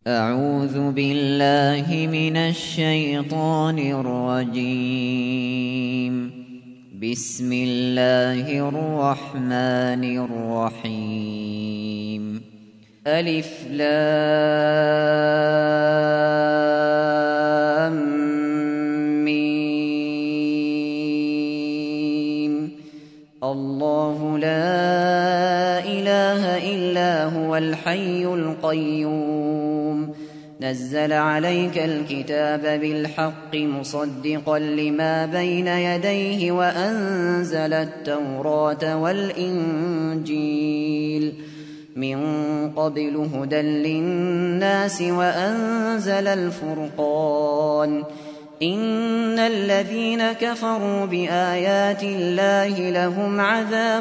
أعوذ بالله من الشيطان الرجيم. بسم الله الرحمن الرحيم. ألف لام ميم. الله لا إله إلا هو الحي القيوم. نزل عليك الكتاب بالحق مصدقا لما بين يديه وأنزل التوراة والإنجيل من قبل هدى للناس وأنزل الفرقان. إن الذين كفروا بآيات الله لهم عذاب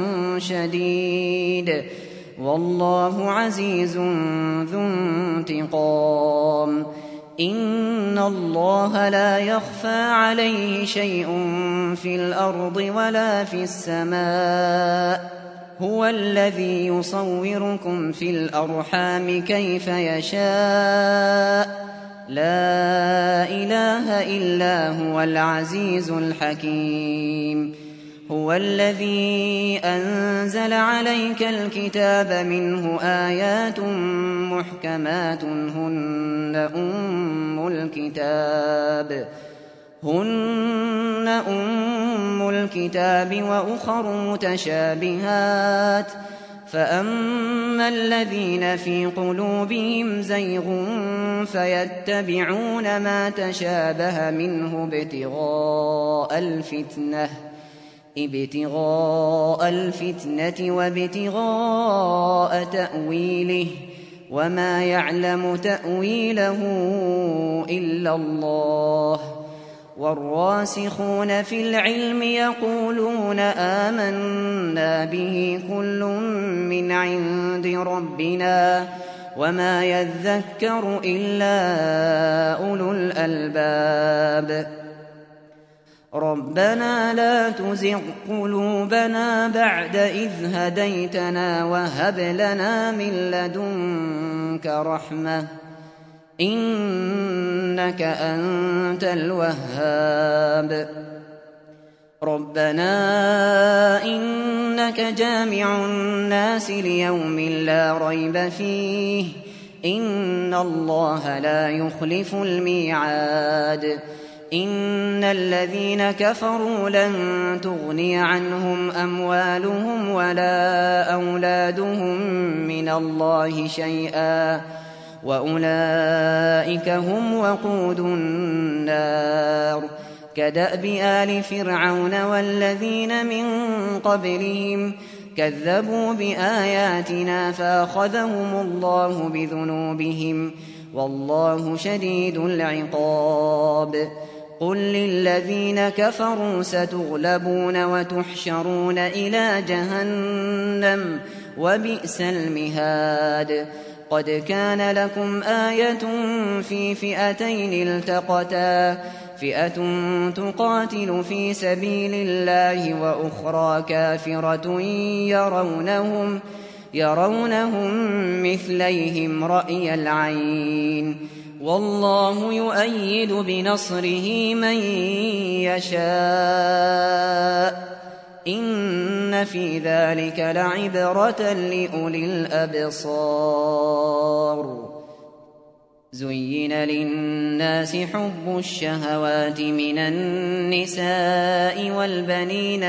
شديد والله عزيز ذو انتقام. إن الله لا يخفى عليه شيء في الأرض ولا في السماء. هو الذي يصوركم في الأرحام كيف يشاء. لا إله إلا هو العزيز الحكيم. هو الذي أنزل عليك الكتاب منه آيات محكمات هن أم الكتاب وأخر متشابهات. فأما الذين في قلوبهم زيغ فيتبعون ما تشابه منه ابتغاء الفتنة وابتغاء تأويله وما يعلم تأويله إلا الله. والراسخون في العلم يقولون آمنا به كل من عند ربنا وما يذكر إلا أولو الألباب. ربنا لا تزغ قلوبنا بعد إذ هديتنا وهب لنا من لدنك رحمة إنك أنت الوهاب. ربنا إنك جامع الناس ليوم لا ريب فيه إن الله لا يخلف الميعاد. إن الذين كفروا لن تغني عنهم أموالهم ولا أولادهم من الله شيئا وأولئك هم وقود النار. كدأب آل فرعون والذين من قبلهم كذبوا بآياتنا فأخذهم الله بذنوبهم والله شديد العقاب. قل للذين كفروا ستغلبون وتحشرون إلى جهنم وبئس المهاد. قد كان لكم آية في فئتين التقتا فئة تقاتل في سبيل الله وأخرى كافرة يرونهم مثليهم رأي العين والله يؤيد بنصره من يشاء. إن في ذلك لعبرة لأولي الأبصار. زين للناس حب الشهوات من النساء والبنين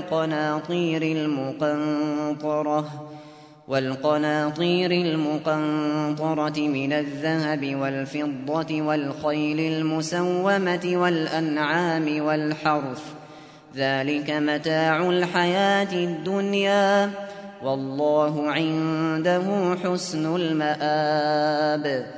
والقناطير المقنطرة من الذهب والفضة والخيل المسومة والأنعام والحرث ذلك متاع الحياة الدنيا والله عنده حسن المآب.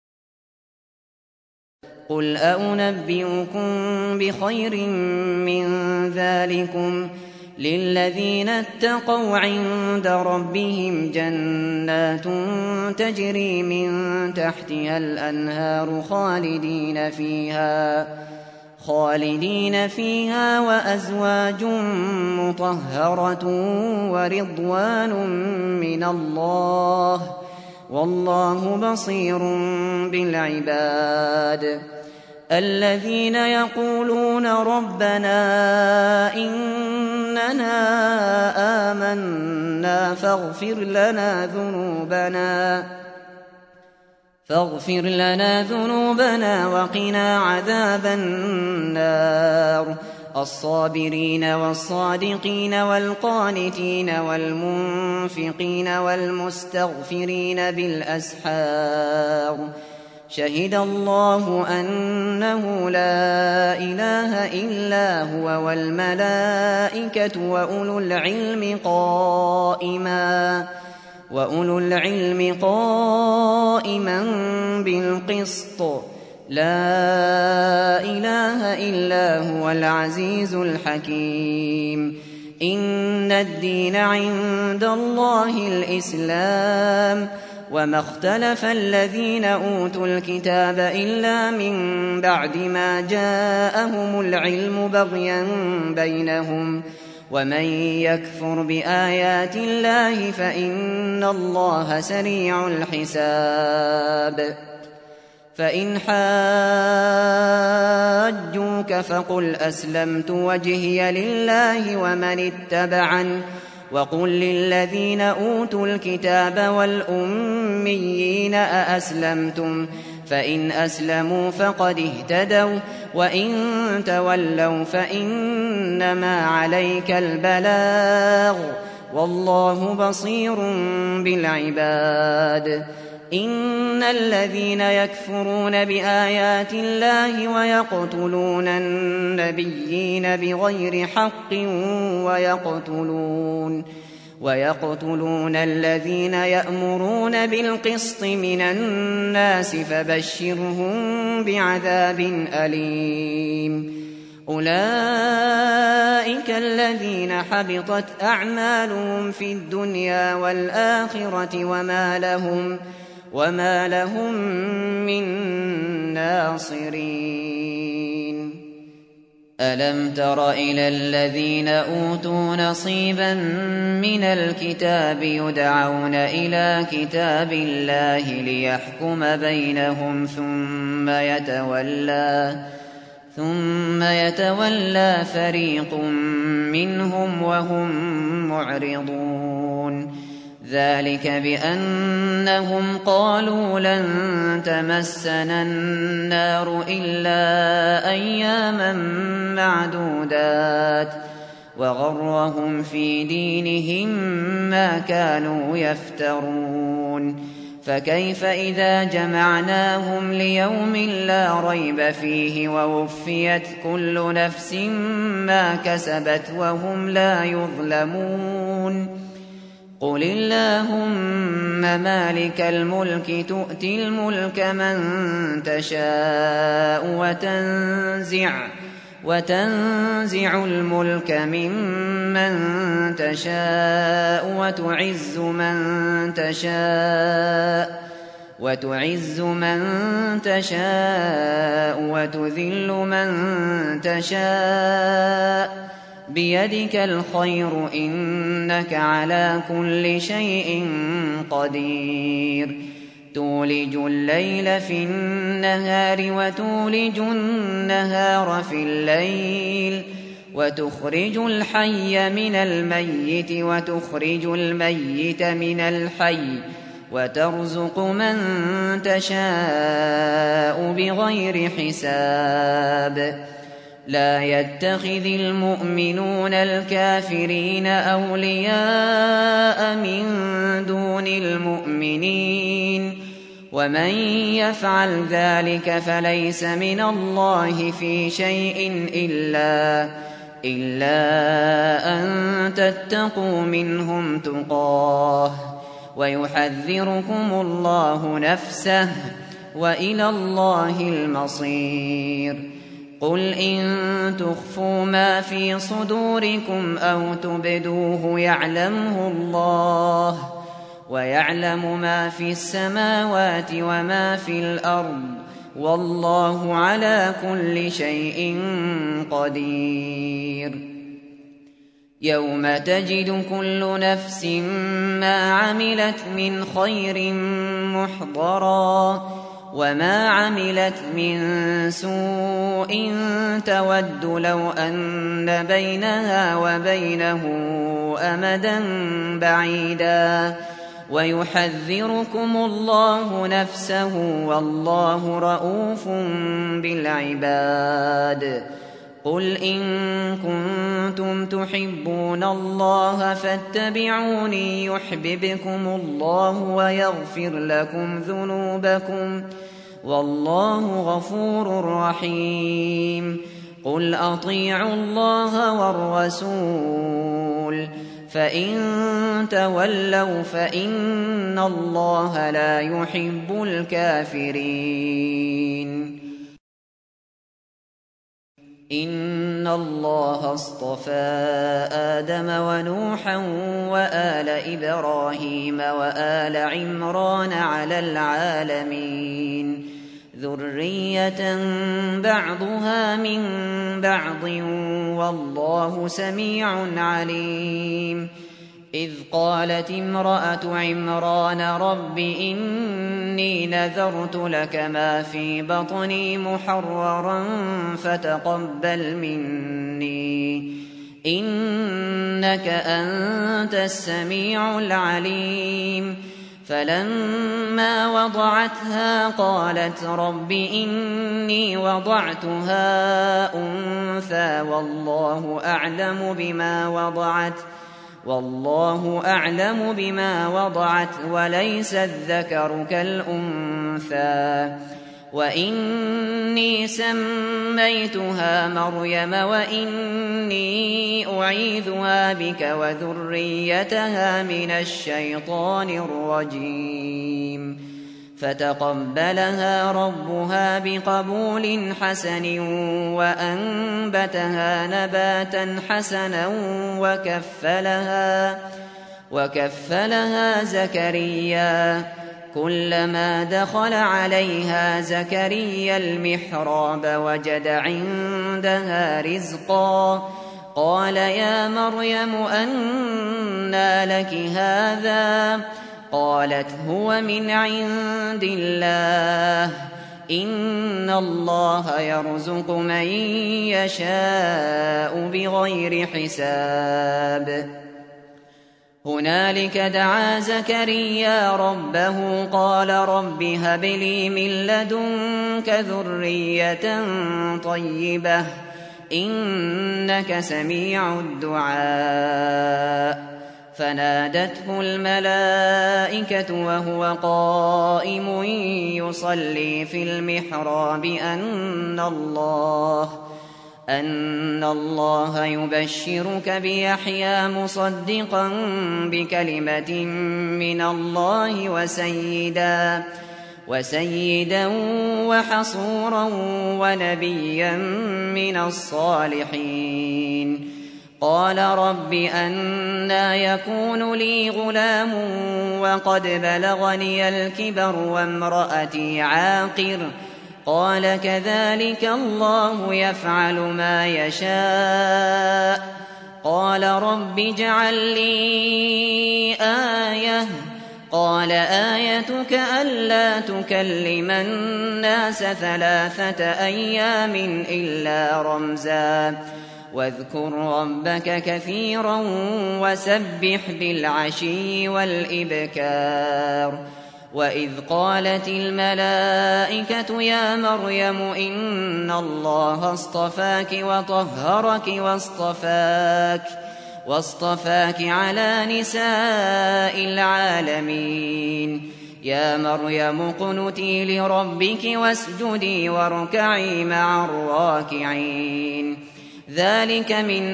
قل أنبئكم بخير من ذلكم للذين اتقوا عند ربهم جنات تجري من تحتها الأنهار خالدين فيها وأزواج مطهرة ورضوان من الله والله بصير بالعباد الذين يقولون ربنا إننا آمنا فاغفر لنا ذنوبنا وقنا عذاب النار الصابرين والصادقين والقانتين والمنفقين والمستغفرين بالأسحار شهد الله أنه لا إله إلا هو والملائكة وأولو العلم قائما بالقسط لا إله إلا هو العزيز الحكيم إن الدين عند الله الإسلام وما اختلف الذين أوتوا الكتاب إلا من بعد ما جاءهم العلم بغيا بينهم ومن يكفر بآيات الله فإن الله سريع الحساب فإن حاجوك فقل أسلمت وجهي لله ومن اتبعني وقل للذين أوتوا الكتاب والأميين أأسلمتم فإن أسلموا فقد اهتدوا وإن تولوا فإنما عليك البلاغ والله بصير بالعباد إن الذين يكفرون بآيات الله ويقتلون النبيين بغير حق ويقتلون الذين يأمرون بالقسط من الناس فبشرهم بعذاب أليم أولئك الذين حبطت أعمالهم في الدنيا والآخرة وما لهم من ناصرين ألم تر إلى الذين أوتوا نصيبا من الكتاب يدعون إلى كتاب الله ليحكم بينهم ثم يتولى فريق منهم وهم معرضون ذلك بأنهم قالوا لن تمسنا النار إلا أياما معدودات وغرهم في دينهم ما كانوا يفترون فكيف إذا جمعناهم ليوم لا ريب فيه ووفيت كل نفس ما كسبت وهم لا يظلمون قل اللهم مالك الملك تؤتي الملك من تشاء وتنزع الملك ممن تشاء وتعز من تشاء وتذل من تشاء بيدك الخير إنك على كل شيء قدير تولج الليل في النهار وتولج النهار في الليل وتخرج الحي من الميت وتخرج الميت من الحي وترزق من تشاء بغير حساب لا يتخذ المؤمنون الكافرين أولياء من دون المؤمنين ومن يفعل ذلك فليس من الله في شيء إلا أن تتقوا منهم تقاه ويحذركم الله نفسه وإلى الله المصير قل إن تخفوا ما في صدوركم أو تبدوه يعلمه الله ويعلم ما في السماوات وما في الأرض والله على كل شيء قدير يوم تجد كل نفس ما عملت من خير محضرا وما عملت من سوء تود لو أن بينها وبينه أمدا بعيدا ويحذركم الله نفسه والله رءوف بالعباد. قل إن كنتم تحبون الله فاتبعوني يحببكم الله ويغفر لكم ذنوبكم والله غفور رحيم. قل أطيعوا الله والرسول فإن تولوا فإن الله لا يحب الكافرين. إن الله اصطفى آدم ونوحا وآل إبراهيم وآل عمران على العالمين ذرية بعضها من بعض والله سميع عليم. إذ قالت امرأة عمران رب إني نذرت لك ما في بطني محررا فتقبل مني إنك أنت السميع العليم. فلما وضعتها قالت رب إني وضعتها أنثى والله أعلم بما وضعت وليس الذكر كالأنثى وإني سميتها مريم وإني أعيذها بك وذريتها من الشيطان الرجيم. فتقبلها ربها بقبول حسن وأنبتها نباتا حسنا وكفلها زكريا. كلما دخل عليها زكريا المحراب وجد عندها رزقا قال يا مريم أنى لك هذا؟ قالت هو من عند الله إن الله يرزق من يشاء بغير حساب. هنالك دعا زكريا ربه قال رب هب لي من لدنك ذرية طيبة إنك سميع الدعاء. فنادته الملائكة وهو قائم يصلي في المحراب أن الله يبشرك بيحيى مصدقا بكلمة من الله وسيدا وحصورا ونبيا من الصالحين. قال رب أنى يكون لي غلام وقد بلغني الكبر وامرأتي عاقر؟ قال كذلك الله يفعل ما يشاء. قال رب اجعل لي آية. قال آيتك ألا تكلم الناس 3 أيام إلا رمزا واذكر ربك كثيرا وسبح بالعشي والإبكار. وإذ قالت الملائكة يا مريم إن الله اصطفاك وطهرك واصطفاك على نساء العالمين. يا مريم اقنتي لربك واسجدي واركعي مع الراكعين. ذلك من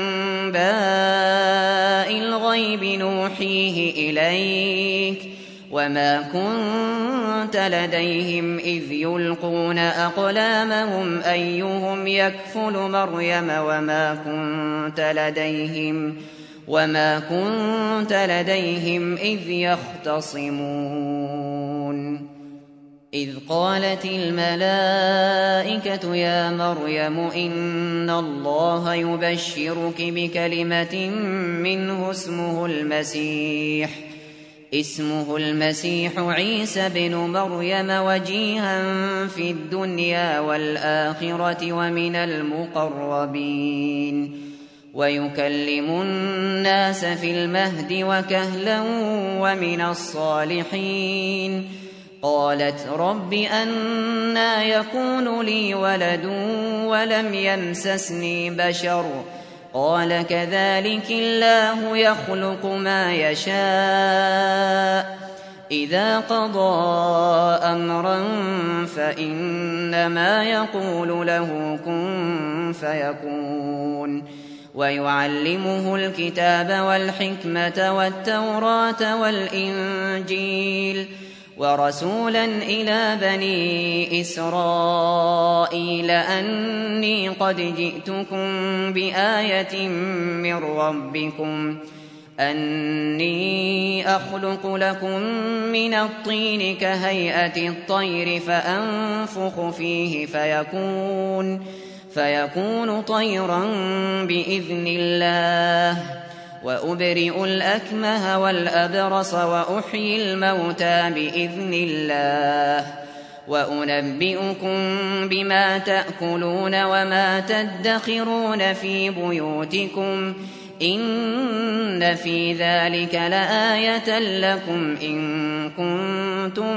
أنباء الغيب نوحيه إليك وما كنت لديهم إذ يلقون أقلامهم أيهم يكفل مريم وما كنت لديهم إذ يختصمون. إذ قالت الملائكة يا مريم إن الله يبشرك بكلمة منه اسمه المسيح اسمه المسيح عيسى بن مريم وجيها في الدنيا والآخرة ومن المقربين ويكلم الناس في المهد وكهلا ومن الصالحين. قالت رب أنى يكون لي ولد ولم يمسسني بشر قال كذلك الله يخلق ما يشاء إذا قضى أمرا فإنما يقول له كن فيكون. ويعلمه الكتاب والحكمة والتوراة والإنجيل ورسولا إلى بني إسرائيل أني قد جئتكم بآية من ربكم أني أخلق لكم من الطين كهيئة الطير فأنفخ فيه فيكون طيرا بإذن الله وأبرئ الأكمه والأبرص وأحيي الموتى بإذن الله وأنبئكم بما تأكلون وما تدخرون في بيوتكم إن في ذلك لآية لكم إن كنتم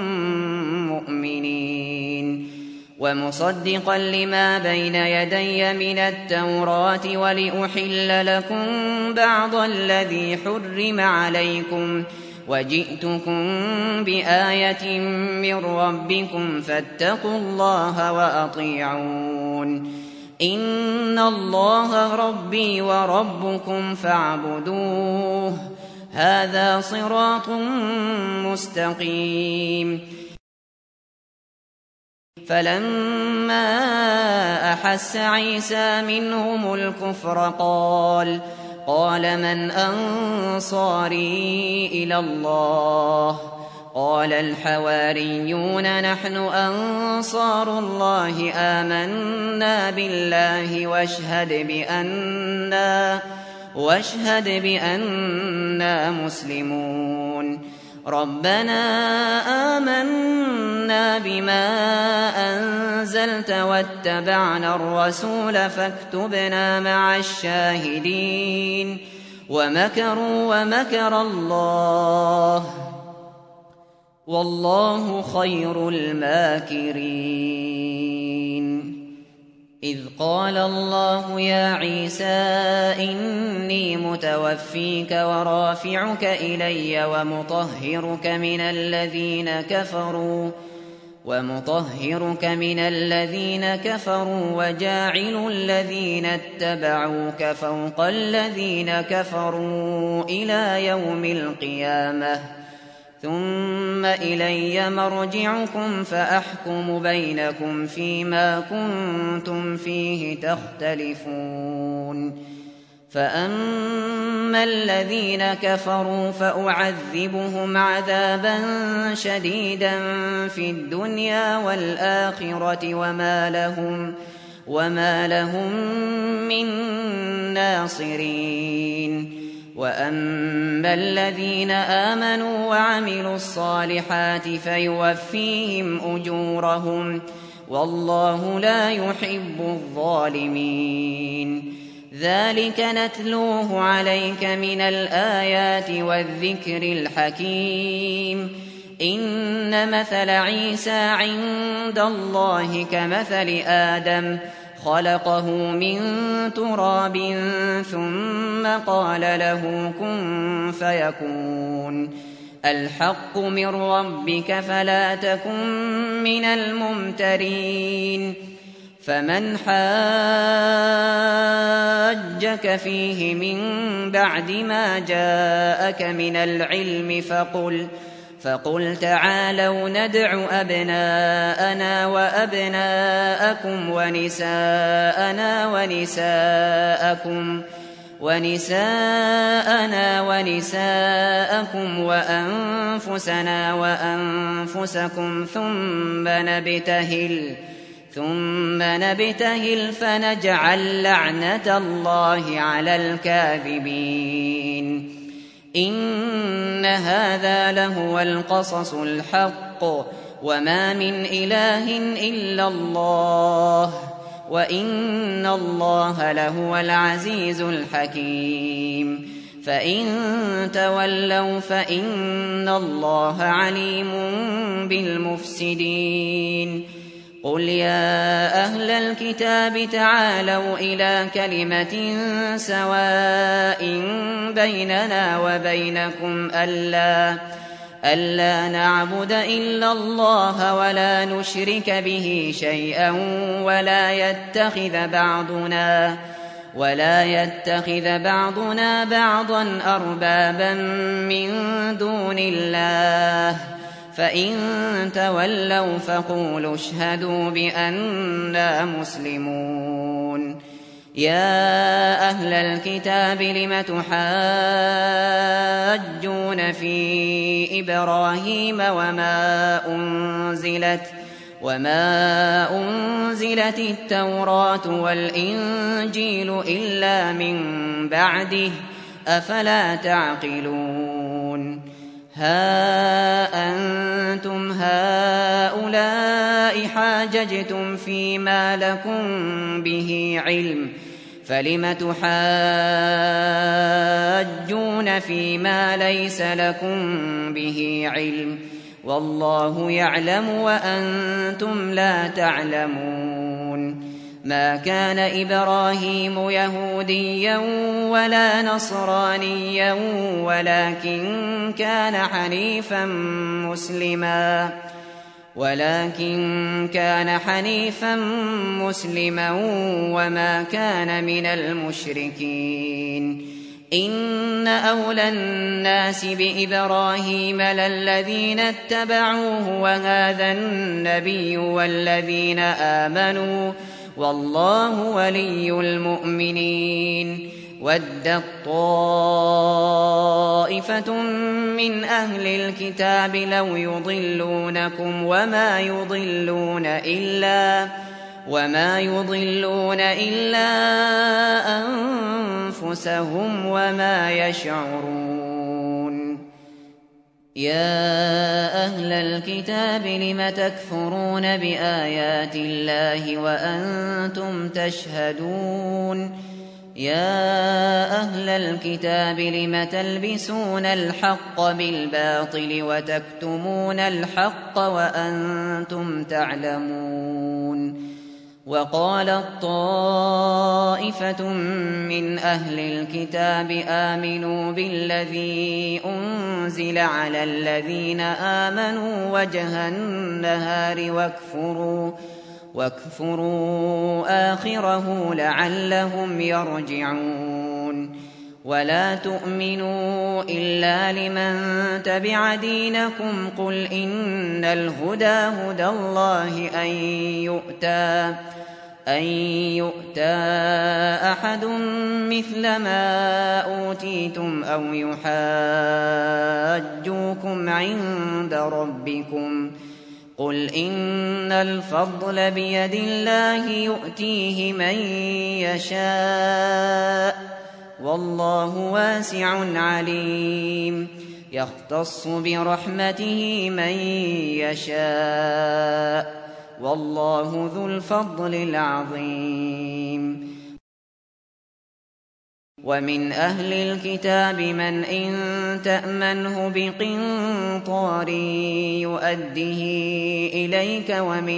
مؤمنين. ومصدقا لما بين يدي من التوراة ولأحل لكم بعض الذي حرم عليكم وجئتكم بآية من ربكم فاتقوا الله وأطيعون إن الله ربي وربكم فاعبدوه هذا صراط مستقيم. فلما أحس عيسى منهم الكفر قال من أنصاري إلى الله قال الحواريون نحن أنصار الله آمنا بالله واشهد بأننا مسلمون. ربنا آمنا بما أنزلت واتبعنا الرسول فاكتبنا مع الشاهدين. ومكروا ومكر الله والله خير الماكرين. إذ قال الله يا عيسى إني متوفيك ورافعك إلي ومطهرك من الذين كفروا وجاعل الذين اتبعوك فوق الذين كفروا إلى يوم القيامة ثم إلي مرجعكم فأحكم بينكم فيما كنتم فيه تختلفون. فأما الذين كفروا فأعذبهم عذابا شديدا في الدنيا والآخرة وما لهم من ناصرين. وأما الذين آمنوا وعملوا الصالحات فيوفيهم أجورهم والله لا يحب الظالمين. ذلك نتلوه عليك من الآيات والذكر الحكيم. إن مثل عيسى عند الله كمثل آدم خلقه من تراب ثم قال له كن فيكون. الحق من ربك فلا تكن من الممترين. فمن حاجك فيه من بعد ما جاءك من العلم فقل تعالوا ندع أبناءنا وأبناءكم ونساءنا ونساءكم وأنفسنا وأنفسكم ثم نبتهل فنجعل لعنة الله على الكاذبين. إن هذا لهو القصص الحق وما من إله إلا الله وإن الله لهو العزيز الحكيم فإن تولوا فإن الله عليم بالمفسدين قل يا أهل الكتاب تعالوا إلى كلمة سواء بيننا وبينكم ألا نعبد إلا الله ولا نشرك به شيئا ولا يتخذ بعضنا بعضا أربابا من دون الله فإن تولوا فقولوا اشهدوا بأننا مسلمون يا أهل الكتاب لم تحاجون في إبراهيم وما أنزلت التوراة والإنجيل إلا من بعده أفلا تعقلون ها أنتم هؤلاء حاججتم فيما لكم به علم فلم تحاجون فيما ليس لكم به علم والله يعلم وأنتم لا تعلمون ما كان إبراهيم يهوديا ولا نصرانيا ولكن كان حنيفا مسلما وما كان من المشركين إن أولى الناس بإبراهيم للذين اتبعوه وهذا النبي والذين آمنوا والله ولي المؤمنين ودت طائفة من أهل الكتاب لو يضلونكم وما يضلون إلا أنفسهم وما يشعرون يا أهل الكتاب لم تكفرون بآيات الله وأنتم تشهدون يا أهل الكتاب لم تلبسون الحق بالباطل وتكتمون الحق وأنتم تعلمون وقالت طائفة من أهل الكتاب آمنوا بالذي أنزل على الذين آمنوا وجه النهار واكفروا آخره لعلهم يرجعون ولا تؤمنوا إلا لمن تبع دينكم قل إن الهدى هدى الله أن يؤتى أحد مثل ما أوتيتم أو يحاجوكم عند ربكم قل إن الفضل بيد الله يؤتيه من يشاء والله واسع عليم يختص برحمته من يشاء والله ذو الفضل العظيم ومن أهل الكتاب من إن تأمنه بقنطار يؤده إليك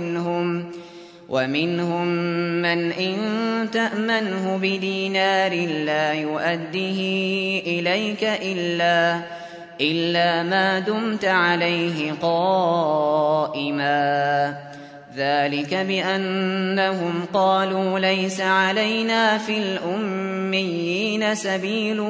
ومنهم من إن تأمنه بدينار لا يؤده إليك إلا ما دمت عليه قائما ذلك بأنهم قالوا ليس علينا في الأميين سبيل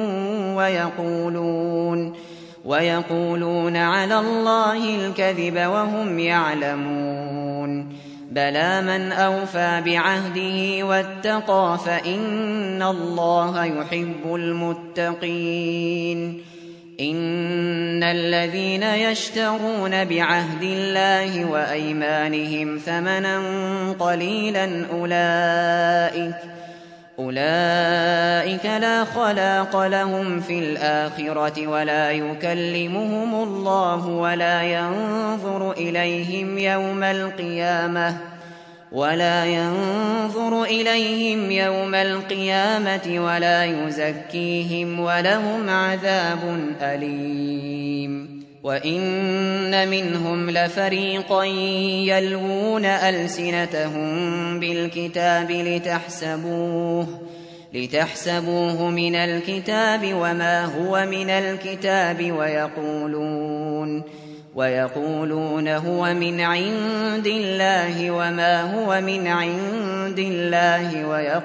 ويقولون على الله الكذب وهم يعلمون بلى من أوفى بعهده واتقى فإن الله يحب المتقين إن الذين يشترون بعهد الله وأيمانهم ثمنا قليلا أولئك لا خلاق لهم في الآخرة ولا يكلمهم الله ولا ينظر إليهم يوم القيامة ولا يزكيهم ولهم عذاب أليم. وإن منهم لفريقا يلوون ألسنتهم بالكتاب لتحسبوه من الكتاب وما هو من الكتاب ويقولون هو من عند الله وما هو من عند الله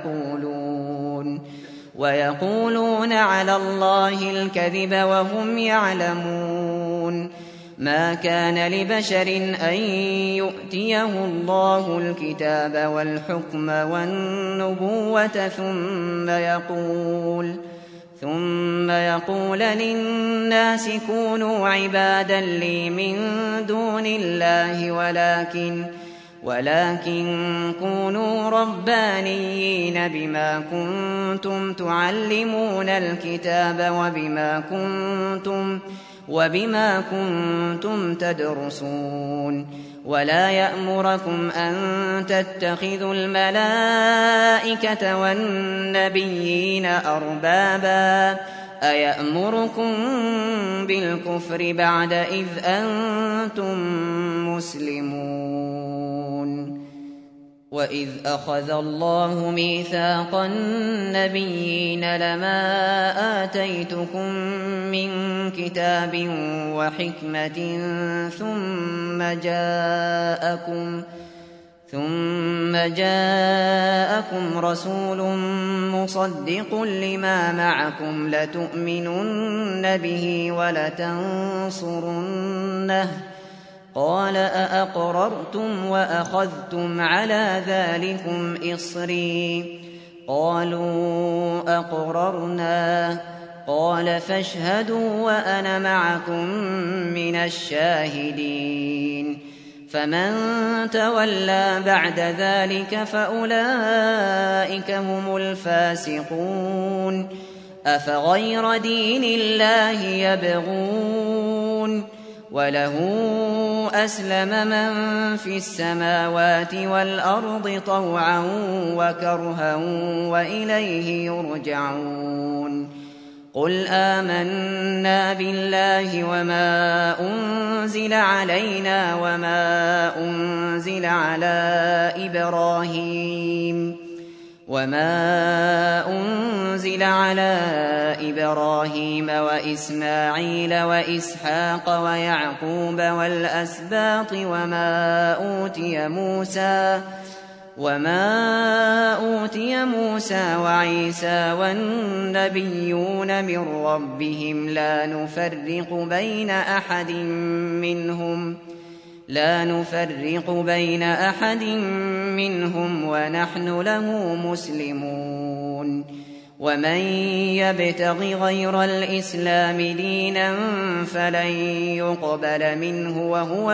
ويقولون على الله الكذب وهم يعلمون. ما كان لبشر أن يؤتيه الله الكتاب والحكم والنبوة ثم يقول للناس كونوا عبادا لي من دون الله ولكن كونوا ربانيين بما كنتم تعلمون الكتاب وبما كنتم تدرسون. ولا يأمركم أن تتخذوا الملائكة والنبيين أربابا أيأمركم بالكفر بعد إذ أنتم مسلمون. وإذ أخذ الله ميثاق النبيين لما آتيتكم من كتاب وحكمة ثم جاءكم رسول مصدق لما معكم لتؤمنن به ولتنصرنه قال أأقررتم وأخذتم على ذلكم إصري قالوا أقررنا قال فاشهدوا وأنا معكم من الشاهدين. فمن تولى بعد ذلك فأولئك هم الفاسقون. أفغير دين الله يبغون وله أسلم من في السماوات والأرض طوعا وكرها وإليه يرجعون. قل آمنا بالله وما أنزل علينا وما أنزل على إبراهيم وإسماعيل وإسحاق ويعقوب والأسباط وما أوتي موسى وعيسى والنبيون من ربهم لا نفرق بين أحد منهم ونحن له مسلمون. ومن يبتغ غير الإسلام دينا فلن يقبل منه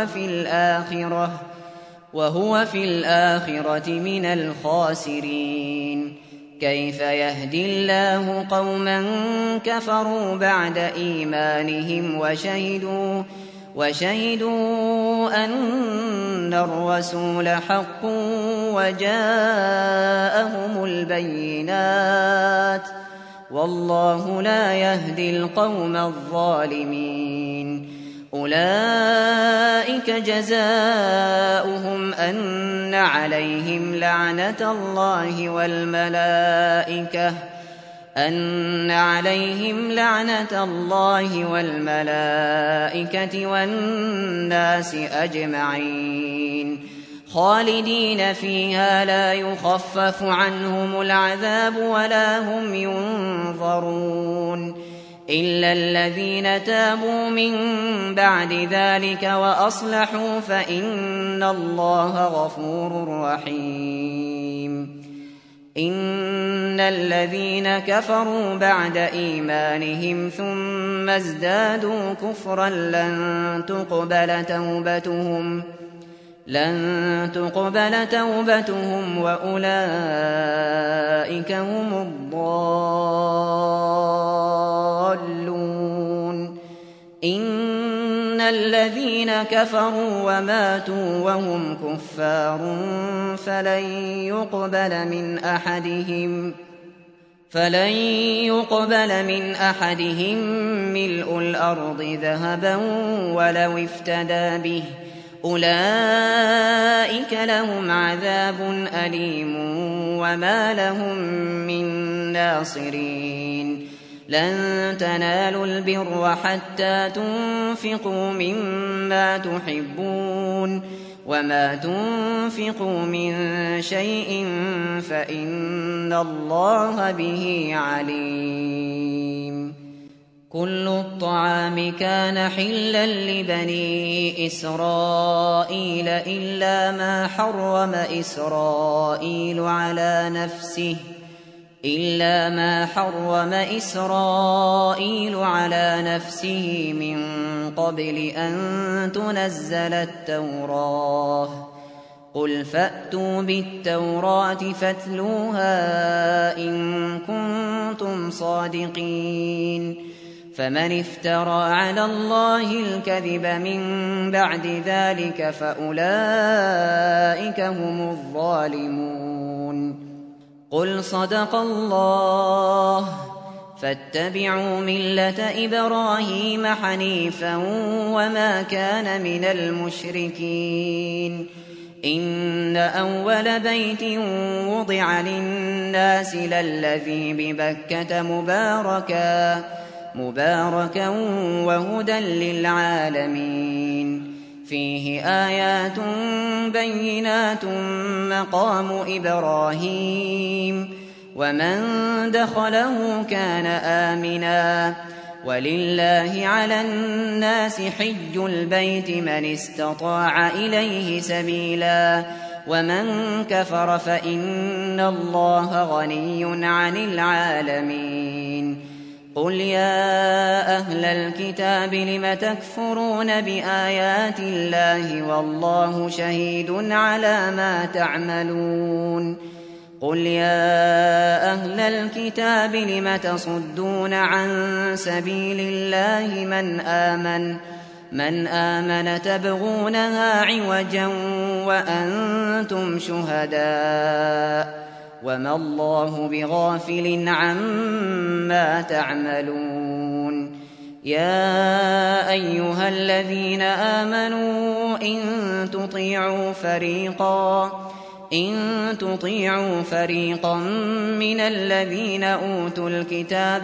وهو في الآخرة من الخاسرين. كيف يهدي الله قوما كفروا بعد إيمانهم وشهدوا أن الرسول حق وجاءهم البينات والله لا يهدي القوم الظالمين. أولئك جزاؤهم أن عليهم لعنة الله والملائكة والناس أجمعين خالدين فيها لا يخفف عنهم العذاب ولا هم ينظرون إلا الذين تابوا من بعد ذلك وأصلحوا فإن الله غفور رحيم. إن الذين كفروا بعد إيمانهم ثم لن تقبل توبتهم وأولئك هم الضالون. إن الذين كفروا وماتوا وهم كفار فلن يقبل من أحدهم ملء الأرض ذهبا ولو افتدى به، أولئك لهم عذاب أليم وما لهم من ناصرين. لن تنالوا البر حتى تنفقوا مما تحبون، وما تنفقوا من شيء فإن الله به عليم. كل الطعام كان حلا لبني إسرائيل إلا ما حرم إسرائيل على نفسه من قبل أن تنزل التوراة. قل فأتوا بالتوراة فاتلوها إن كنتم صادقين. فمن افترى على الله الكذب من بعد ذلك فأولئك هم الظالمون. قل صدق الله، فاتبعوا ملة إبراهيم حنيفا وما كان من المشركين. إن أول بيت وضع للناس للذي ببكة مباركا وهدى للعالمين. فيه آيات بينات مقام إبراهيم ومن دخله كان آمنا. ولله على الناس حج البيت من استطاع إليه سبيلا، ومن كفر فإن الله غني عن العالمين. قل يا أهل الكتاب لم تكفرون بآيات الله والله شهيد على ما تعملون. قل يا أهل الكتاب لم تصدون عن سبيل الله من آمن تبغونها عوجا وأنتم شهداء وما الله بغافل عما تعملون. يا أيها الذين آمنوا إن تطيعوا فريقا من الذين أوتوا الكتاب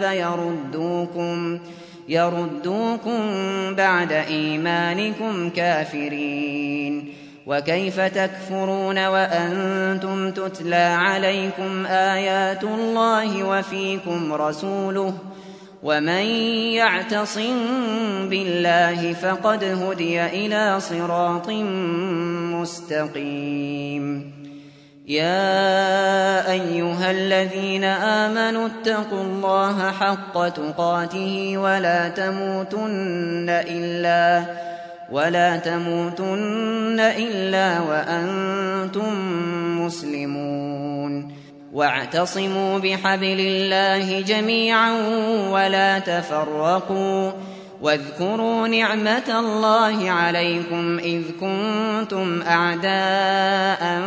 يردوكم بعد إيمانكم كافرين. وكيف تكفرون وأنتم تتلى عليكم آيات الله وفيكم رسوله؟ ومن يعتصم بالله فقد هدي إلى صراط مستقيم. يا أيها الذين آمنوا اتقوا الله حق تقاته ولا تموتن إلا وأنتم مسلمون. واعتصموا بحبل الله جميعا ولا تفرقوا. واذكروا نعمة الله عليكم إذ كنتم أعداء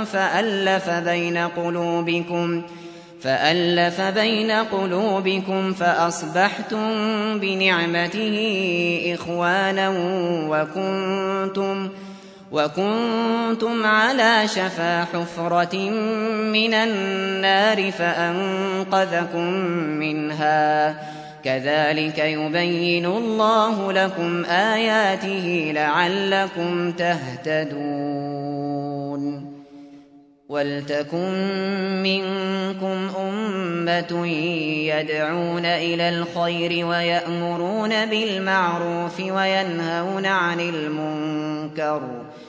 فألف بين قلوبكم فأصبحتم بنعمته إخوانا وكنتم على شفا حفرة من النار فأنقذكم منها. كذلك يبين الله لكم آياته لعلكم تهتدون. ولتكن منكم أمة يدعون إلى الخير ويأمرون بالمعروف وينهون عن المنكر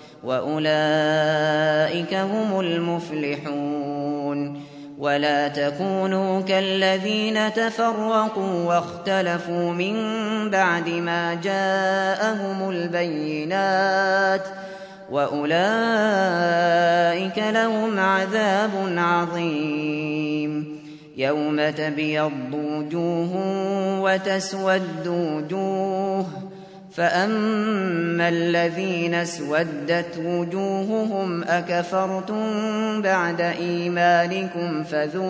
وأولئك هم المفلحون. ولا تكونوا كالذين تفرقوا واختلفوا من بعد ما جاءهم البينات وأولئك لهم عذاب عظيم. يوم تبيض وجوه وتسود وجوه، فأما الذين اسودت وجوههم أكفرتم بعد إيمانكم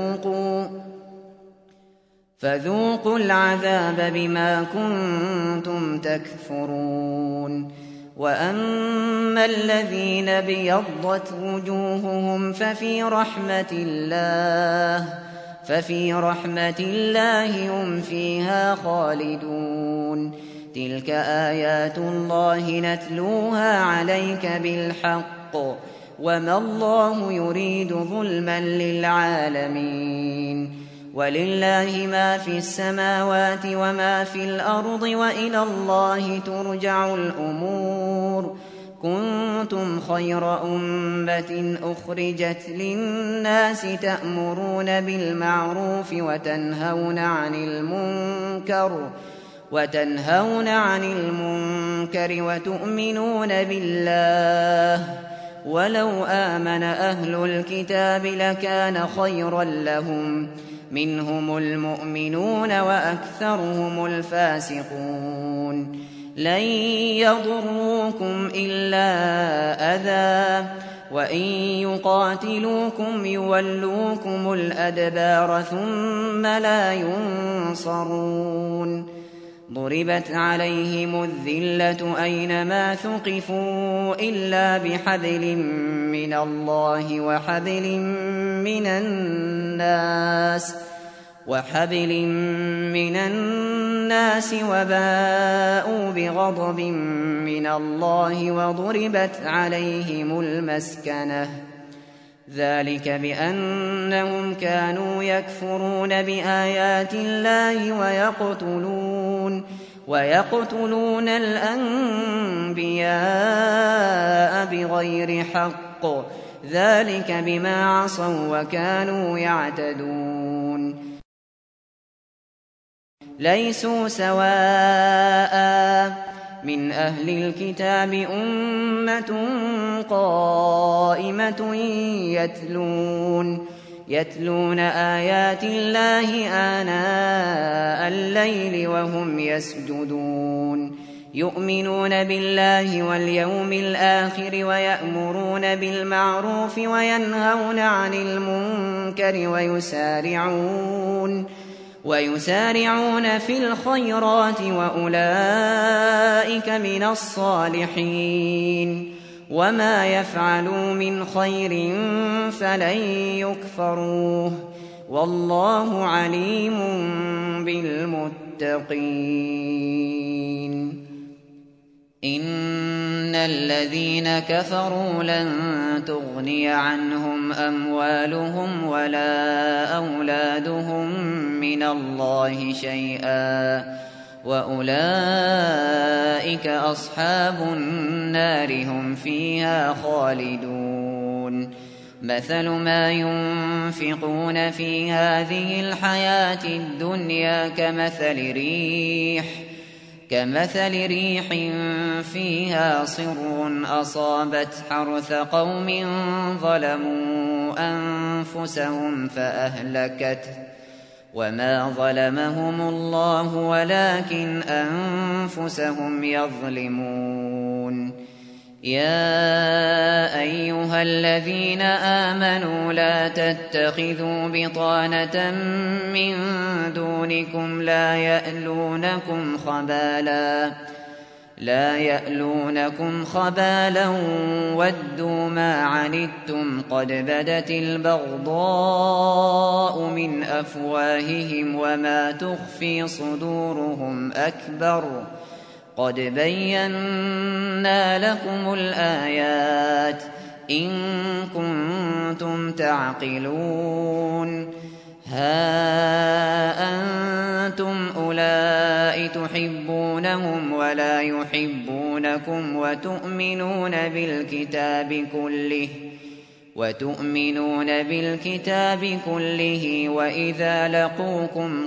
فذوقوا العذاب بما كنتم تكفرون. وأما الذين بيضت وجوههم ففي رحمة الله هم فيها خالدون. تلك آيات الله نتلوها عليك بالحق، وما الله يريد ظلما للعالمين. ولله ما في السماوات وما في الأرض، وإلى الله ترجع الأمور. كنتم خير أمة أخرجت للناس تأمرون بالمعروف وتنهون عن المنكر وتؤمنون بالله. ولو آمن أهل الكتاب لكان خيرا لهم، منهم المؤمنون وأكثرهم الفاسقون. لن يضروكم إلا أذى، وإن يقاتلوكم يولوكم الأدبار ثم لا ينصرون. ضربت عليهم الذلة أينما ثقفوا إلا بحبل من الله وحبل من الناس وباءوا بغضب من الله وضربت عليهم المسكنة. ذلك بأنهم كانوا يكفرون بآيات الله ويقتلون الأنبياء بغير حق. ذلك بما عصوا وكانوا يعتدون. ليسوا سواء، من أهل الكتاب أمة قائمة يتلون آيات الله آناء الليل وهم يسجدون. يؤمنون بالله واليوم الآخر ويأمرون بالمعروف وينهون عن المنكر ويسارعون في الخيرات، وأولئك من الصالحين. وما يفعلوا من خير فلن يكفروه، والله عليم بالمتقين. إن الذين كفروا لن تغني عنهم أموالهم ولا أولادهم من الله شيئا، وأولئك أصحاب النار هم فيها خالدون. مثل ما ينفقون في هذه الحياة الدنيا كمثل ريح فيها صر أصابت حرث قوم ظلموا أنفسهم فأهلكته، وما ظلمهم الله ولكن أنفسهم يظلمون. يا أيها الذين آمنوا لا تتخذوا بطانة من دونكم لا يألونكم خبالا ودوا ما عنتم قد بدت البغضاء من أفواههم وما تخفي صدورهم أكبر. قد بينا لكم الآيات إن كنتم تعقلون. ها أنتم أولئك تحبونهم ولا يحبونكم وتؤمنون بالكتاب كله وإذا لقوكم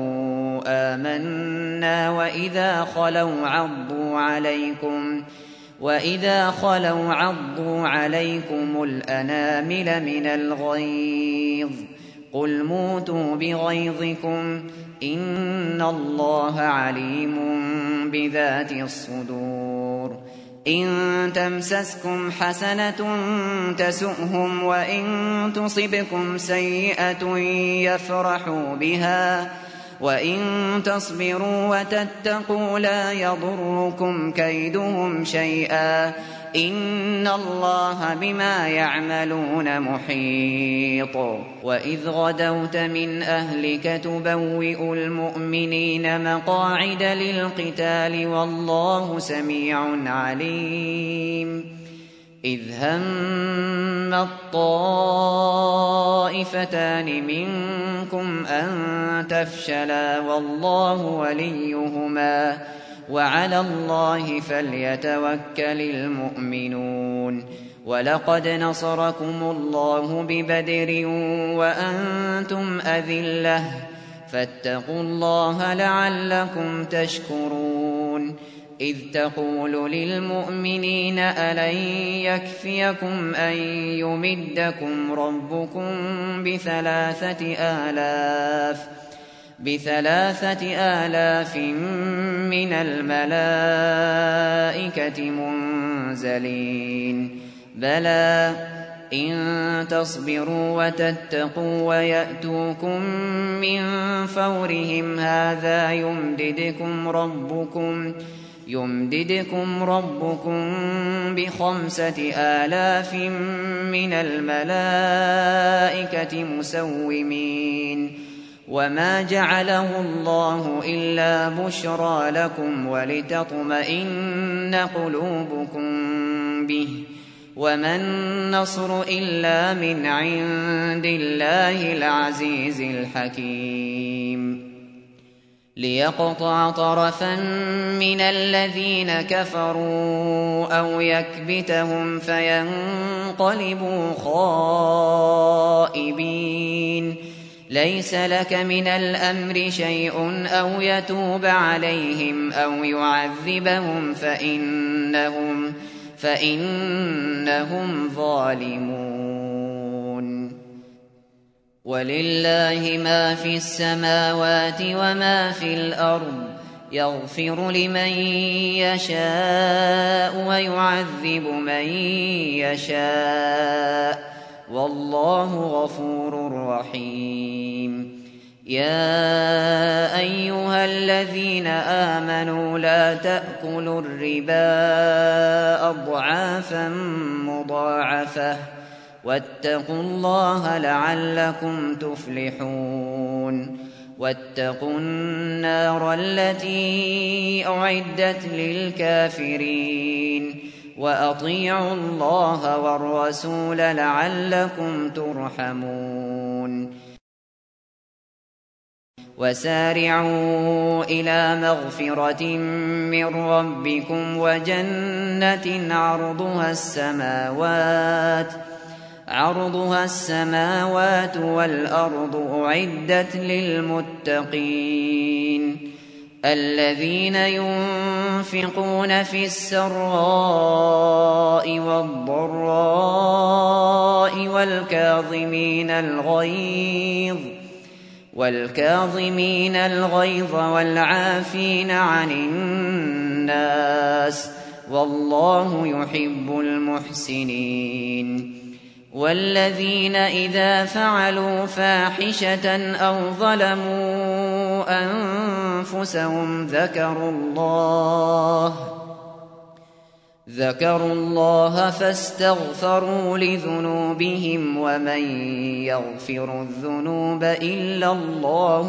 قالوا آمنا وإذا خلوا وإذا خلوا عضوا عليكم الأنامل من الغيظ قل موتوا بغيظكم إن الله عليم بذات الصدور إن تمسسكم حسنة تسؤهم وإن تصبكم سيئة يفرحوا بها وإن تصبروا وتتقوا لا يضركم كيدهم شيئا إن الله بما يعملون محيط وإذ غدوت من أهلك تبوئ المؤمنين مقاعد للقتال والله سميع عليم إذ هم الطائفتان منكم أن تفشلا والله وليهما وعلى الله فليتوكل المؤمنون ولقد نصركم الله ببدر وأنتم أذلة فاتقوا الله لعلكم تشكرون إذ تقول للمؤمنين ألن يكفيكم أن يمدكم ربكم ب3,000 من الملائكة منزلين بلى إن تصبروا وتتقوا ويأتوكم من فورهم هذا يمددكم ربكم ب5,000 من الملائكة مسومين وما جعله الله إلا بشرى لكم ولتطمئن قلوبكم به وما النصر إلا من عند الله العزيز الحكيم ليقطع طرفا من الذين كفروا أو يكبتهم فينقلبوا خائبين ليس لك من الأمر شيء أو يتوب عليهم أو يعذبهم فإنهم ظالمون ولله ما في السماوات وما في الأرض يغفر لمن يشاء ويعذب من يشاء والله غفور رحيم يا أيها الذين آمنوا لا تأكلوا الربا أضعافا مضاعفة واتقوا الله لعلكم تفلحون واتقوا النار التي أعدت للكافرين وأطيعوا الله والرسول لعلكم ترحمون وسارعوا إلى مغفرة من ربكم وجنة عرضها السماوات والأرض أعدت للمتقين الذين ينفقون في السراء والضراء والكاظمين الغيظ والعافين عن الناس والله يحب المحسنين والذين إذا فعلوا فاحشة أو ظلموا أنفسهم ذكروا الله فاستغفروا لذنوبهم ومن يغفر الذنوب إلا الله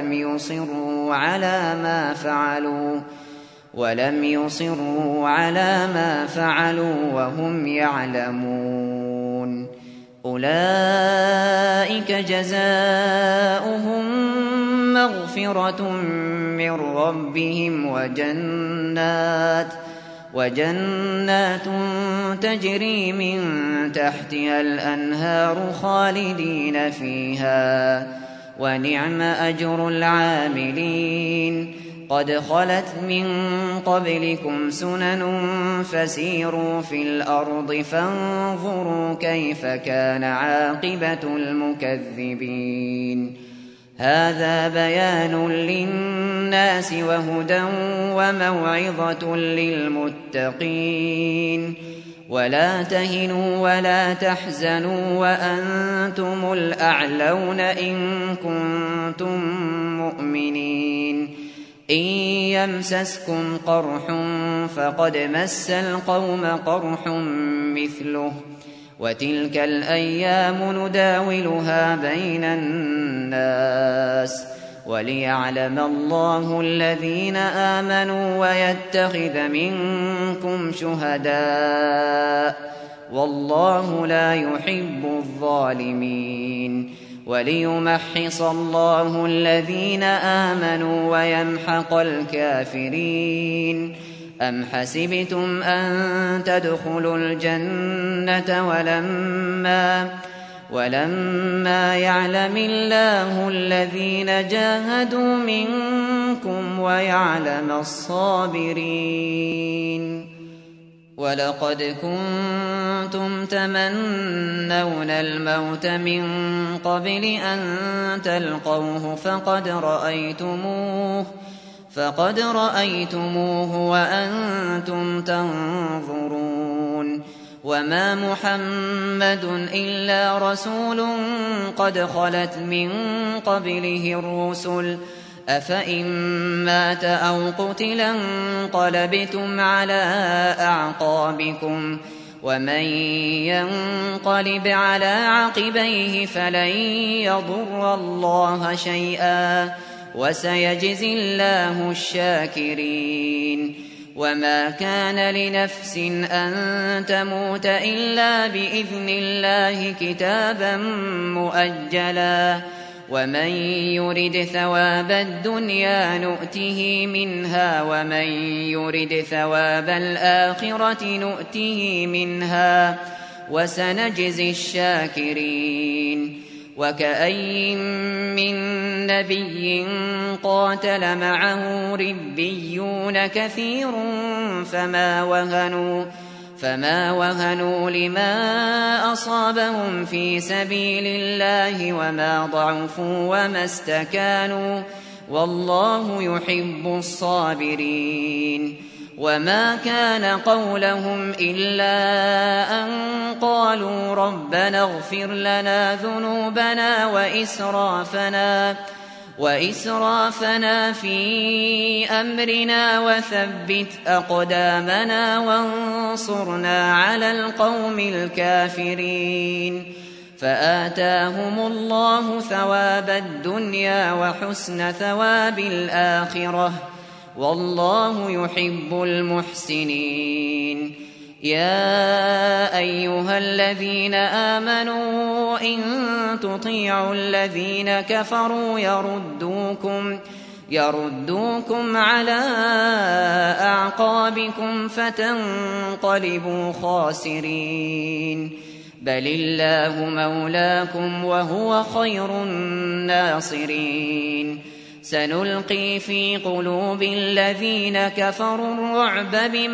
ولم يصروا على ما فعلوا وهم يعلمون أولئك جزاؤهم مغفرة من ربهم وجنات تجري من تحتها الأنهار خالدين فيها ونعم أجر العاملين قد خلت من قبلكم سنن فسيروا في الأرض فانظروا كيف كان عاقبة المكذبين هذا بيان للناس وهدى وموعظة للمتقين ولا تهنوا ولا تحزنوا وأنتم الأعلون إن كنتم مؤمنين إن يمسسكم قرح فقد مس القوم قرح مثله وتلك الأيام نداولها بين الناس وليعلم الله الذين آمنوا ويتخذ منكم شهداء والله لا يحب الظالمين وليمحص الله الذين آمنوا ويمحق الكافرين أم حسبتم أن تدخلوا الجنة ولما يعلم الله الذين جاهدوا منكم ويعلم الصابرين ولقد كنتم تمنون الموت من قبل أن تلقوه فقد رأيتموه وأنتم تنظرون وما محمد إلا رسول قد خلت من قبله الرسل أفإن مات أو قتل انقلبتم على أعقابكم ومن ينقلب على عقبيه فلن يضر الله شيئا وسيجزي الله الشاكرين وما كان لنفس أن تموت إلا بإذن الله كتابا مؤجلا ومن يرد ثواب الدنيا نؤته منها ومن يرد ثواب الآخرة نؤته منها وسنجزي الشاكرين وكأي من نبي قاتل معه ربيون كثير فما وهنوا لما أصابهم في سبيل الله وما ضعفوا وما استكانوا والله يحب الصابرين وما كان قولهم إلا أن قالوا ربنا اغفر لنا ذنوبنا وإسرافنا في أمرنا وثبت أقدامنا وانصرنا على القوم الكافرين فآتاهم الله ثواب الدنيا وحسن ثواب الآخرة والله يحب المحسنين يا أيها الذين آمنوا إن تطيعوا الذين كفروا يردوكم على أعقابكم فتنقلبوا خاسرين بل الله مولاكم وهو خير الناصرين سنلقي في قلوب الذين كفروا الرعب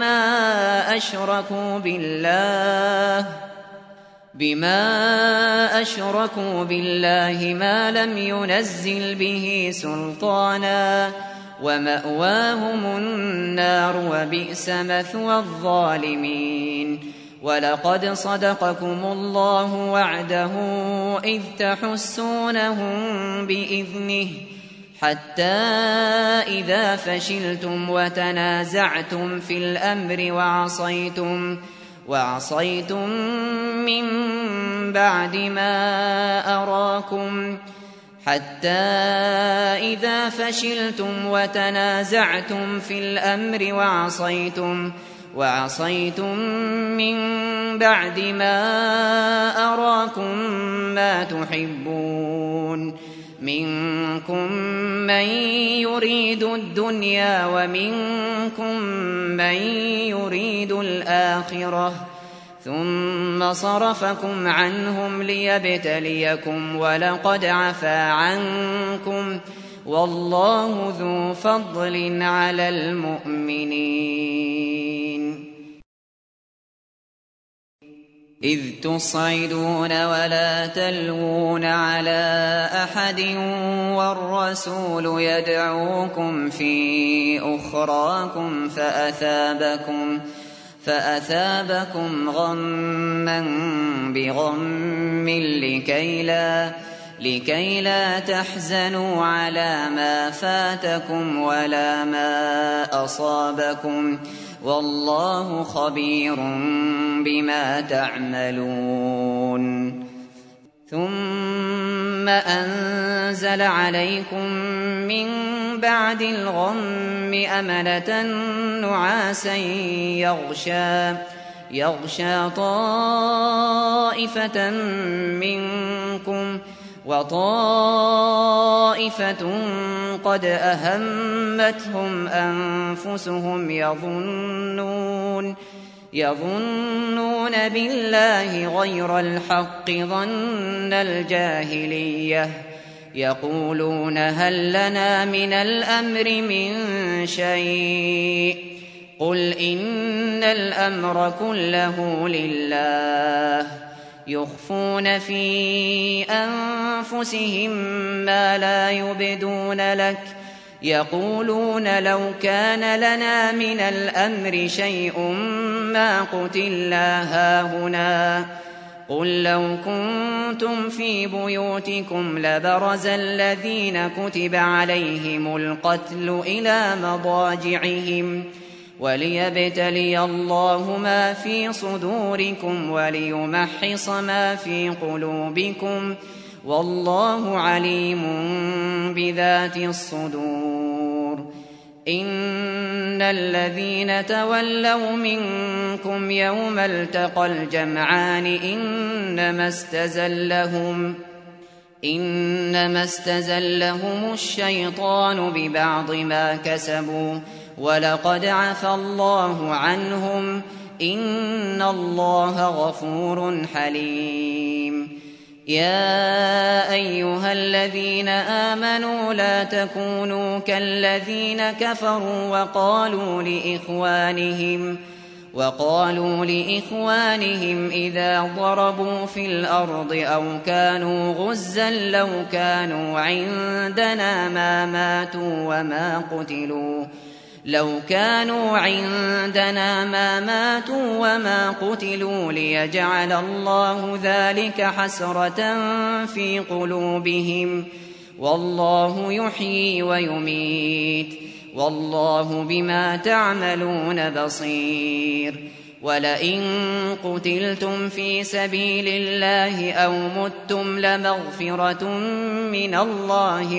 بما أشركوا بالله ما لم ينزل به سلطانا ومأواهم النار وبئس مثوى الظالمين ولقد صدقكم الله وعده إذ تحسونهم بإذنه حتى إذا فشلتم وتنازعتم في الأمر وعصيتم من بعد ما أراكم ما تحبون منكم من يريد الدنيا ومنكم من يريد الآخرة ثم صرفكم عنهم ليبتليكم ولقد عفا عنكم والله ذو فضل على المؤمنين. إذ تصعدون ولا تلوون على أحد والرسول يدعوكم في أخراكم فأثابكم غما بغم لكي لا تحزنوا على ما فاتكم ولا ما أصابكم والله خبير بما تعملون. ثم أنزل عليكم من بعد الغم أمنة نعاسا يغشى طائفة منكم وطائفة قد أهمتهم أنفسهم يظنون بالله غير الحق ظن الجاهلية يقولون هل لنا من الأمر من شيء قل إن الأمر كله لله يخفون في أنفسهم ما لا يبدون لك يقولون لو كان لنا من الأمر شيء ما قتلنا هاهنا قل لو كنتم في بيوتكم لبرز الذين كتب عليهم القتل إلى مضاجعهم وليبتلي الله ما في صدوركم وليمحص ما في قلوبكم والله عليم بذات الصدور. إن الذين تولوا منكم يوم التقى الجمعان إنما استزلهم الشيطان ببعض ما كسبوا ولقد عفى الله عنهم إن الله غفور حليم. يا أيها الذين آمنوا لا تكونوا كالذين كفروا وقالوا لإخوانهم إذا ضربوا في الأرض أو كانوا غزا لو كانوا عندنا ما ماتوا وما قتلوا ليجعل الله ذلك حسرة في قلوبهم والله يحيي ويميت والله بما تعملون بصير. ولئن قتلتم في سبيل الله أو متم لمغفرة من الله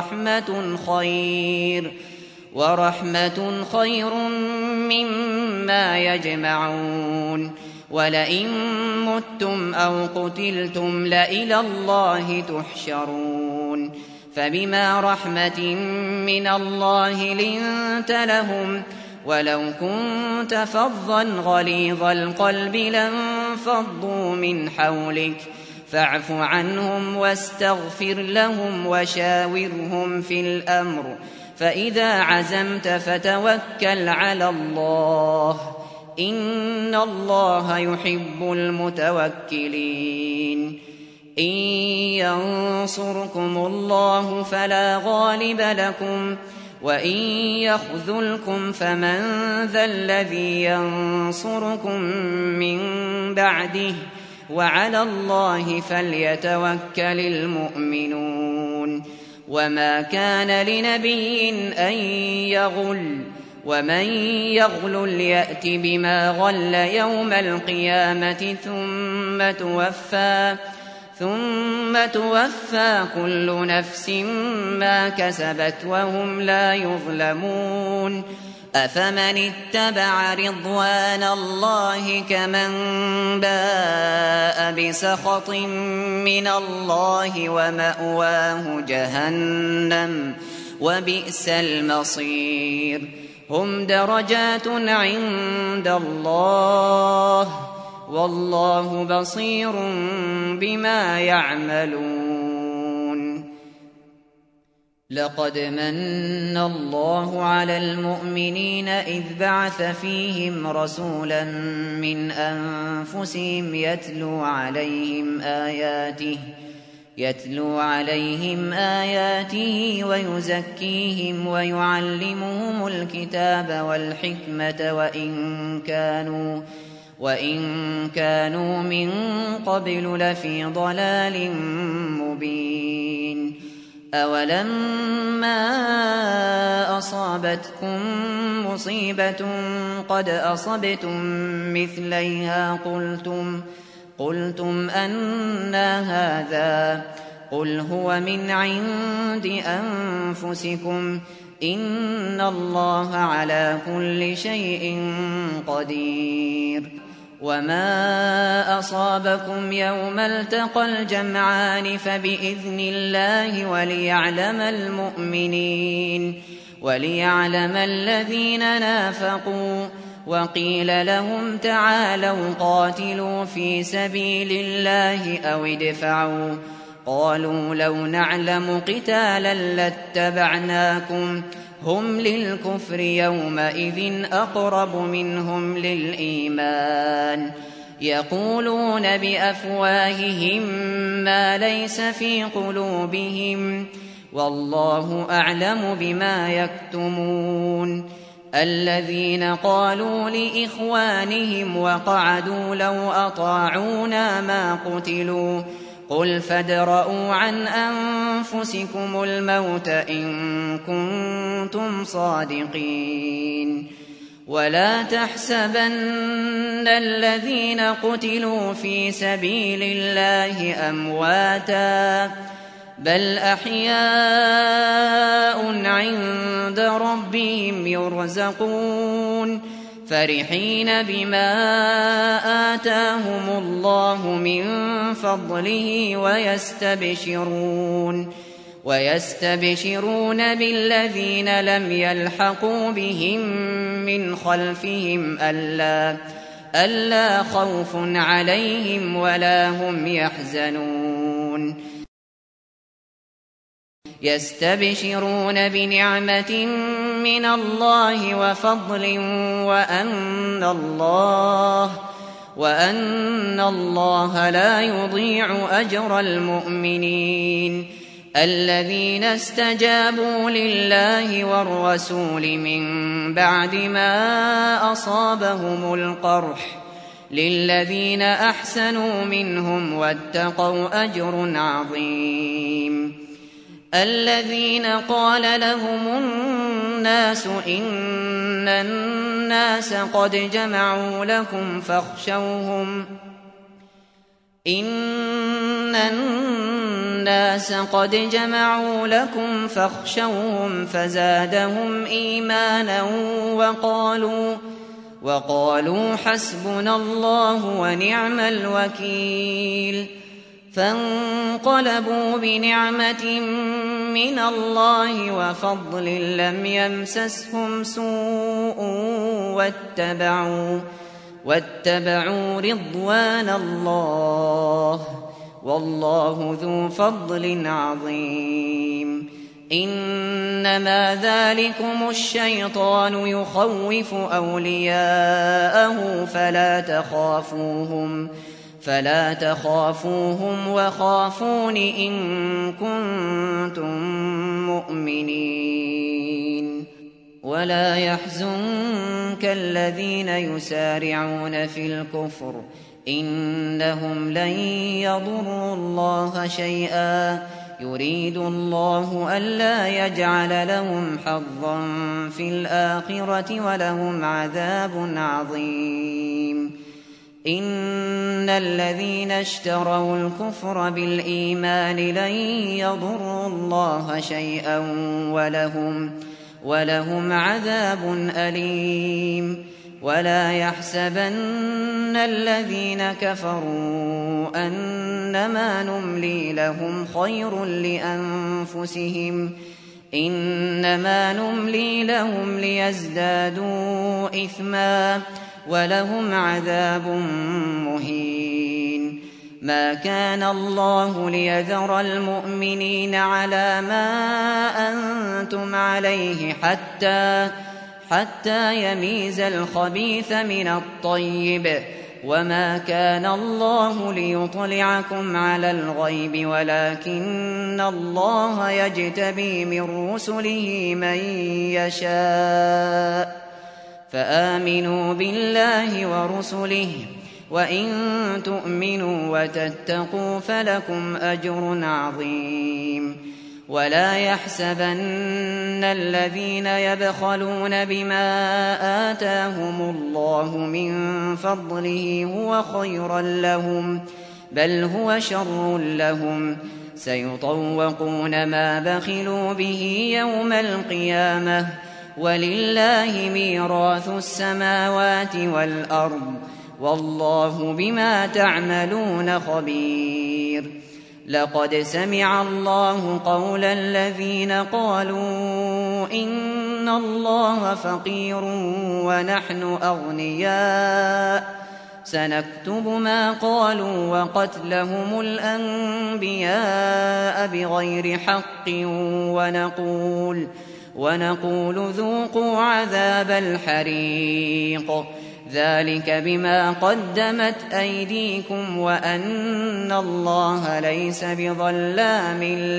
ورحمة خير مما يجمعون. ولئن متم أو قتلتم لإلى الله تحشرون. فبما رحمة من الله لنت لهم ولو كنت فظا غليظ القلب لانفضوا من حولك فاعف عنهم واستغفر لهم وشاورهم في الأمر فإذا عزمت فتوكل على الله إن الله يحب المتوكلين. إن ينصركم الله فلا غالب لكم وإن يخذلكم فمن ذا الذي ينصركم من بعده وعلى الله فليتوكل المؤمنون. وما كان لنبي أن يغل ومن يغل يأت بما غل يوم القيامة ثم توفى كل نفس ما كسبت وهم لا يظلمون. أفمن اتبع رضوان الله كمن باء بسخط من الله ومأواه جهنم وبئس المصير. هم درجات عند الله والله بصير بما يعملون. لقد من الله على المؤمنين إذ بعث فيهم رسولا من أنفسهم يتلو عليهم آياته ويزكيهم ويعلمهم الكتاب والحكمة وإن كانوا من قبل لفي ضلال مبين. أولما أصابتكم مصيبة قد أصبتم مثليها قلتم أنى هذا قل هو من عند أنفسكم إن الله على كل شيء قدير. وما أصابكم يوم التقى الجمعان فبإذن الله وليعلم الذين نافقوا. وقيل لهم تعالوا قاتلوا في سبيل الله أو ادفعوا قالوا لو نعلم قتالا لاتبعناكم هم للكفر يومئذ أقرب منهم للإيمان يقولون بأفواههم ما ليس في قلوبهم والله أعلم بما يكتمون. الذين قالوا لإخوانهم وقعدوا لو أطاعونا ما قتلوا قل فادرءوا عن أنفسكم الموت إن كنتم صادقين. ولا تحسبن الذين قتلوا في سبيل الله أمواتا بل أحياء عند ربهم يرزقون فرحين بما آتاهم الله من فضله ويستبشرون بالذين لم يلحقوا بهم من خلفهم ألا خوف عليهم ولا هم يحزنون. يستبشرون بنعمة من الله وفضل وأن الله لا يضيع أجر المؤمنين. الذين استجابوا لله والرسول من بعد ما أصابهم القرح للذين أحسنوا منهم واتقوا أجر عظيم. الذين قال لهم الناس إن الناس قد جمعوا لكم فاخشوهم فزادهم إيمانا وقالوا حسبنا الله ونعم الوكيل. فانقلبوا بنعمة من الله وفضل لم يمسسهم سوء واتبعوا رضوان الله والله ذو فضل عظيم. إنما ذلكم الشيطان يخوف أولياءه فلا تخافوهم وخافون إن كنتم مؤمنين. ولا يحزنك الذين يسارعون في الكفر إنهم لن يضروا الله شيئا يريد الله ألا يجعل لهم حظا في الآخرة ولهم عذاب عظيم. إن الذين اشتروا الكفر بالإيمان لن يضروا الله شيئا ولهم عذاب أليم. ولا يحسبن الذين كفروا أنما نملي لهم خير لأنفسهم إنما نملي لهم ليزدادوا إثما ولهم عذاب مهين. ما كان الله ليذر المؤمنين على ما أنتم عليه حتى يميز الخبيث من الطيب، وما كان الله ليطلعكم على الغيب ولكن الله يجتبي من رسله من يشاء، فآمنوا بالله ورسله، وإن تؤمنوا وتتقوا فلكم أجر عظيم. ولا يحسبن الذين يبخلون بما آتاهم الله من فضله هو خيرا لهم، بل هو شر لهم، سيطوقون ما بخلوا به يوم القيامة، ولله ميراث السماوات والأرض، والله بما تعملون خبير. لقد سمع الله قول الذين قالوا إن الله فقير ونحن أغنياء، سنكتب ما قالوا وقتلهم الأنبياء بغير حق، ونقول ذوقوا عذاب الحريق، ذلك بما قدمت أيديكم وأن الله ليس بظلام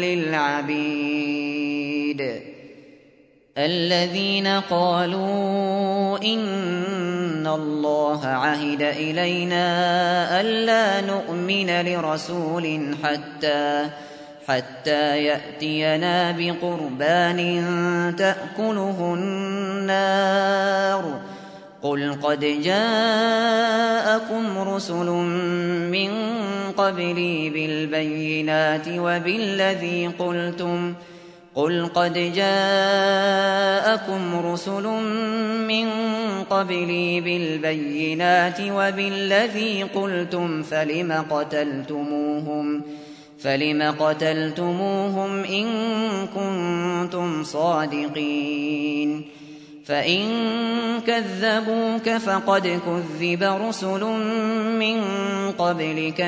للعبيد. الذين قالوا إن الله عهد إلينا ألا نؤمن لرسول حتى يأتينا بقربان تأكله النار، قل قد جاءكم رسل من قبلي بالبينات وبالذي قلتم فلم قتلتموهم إن كنتم صادقين. فإن كذبوك فقد كذب رسل من قبلك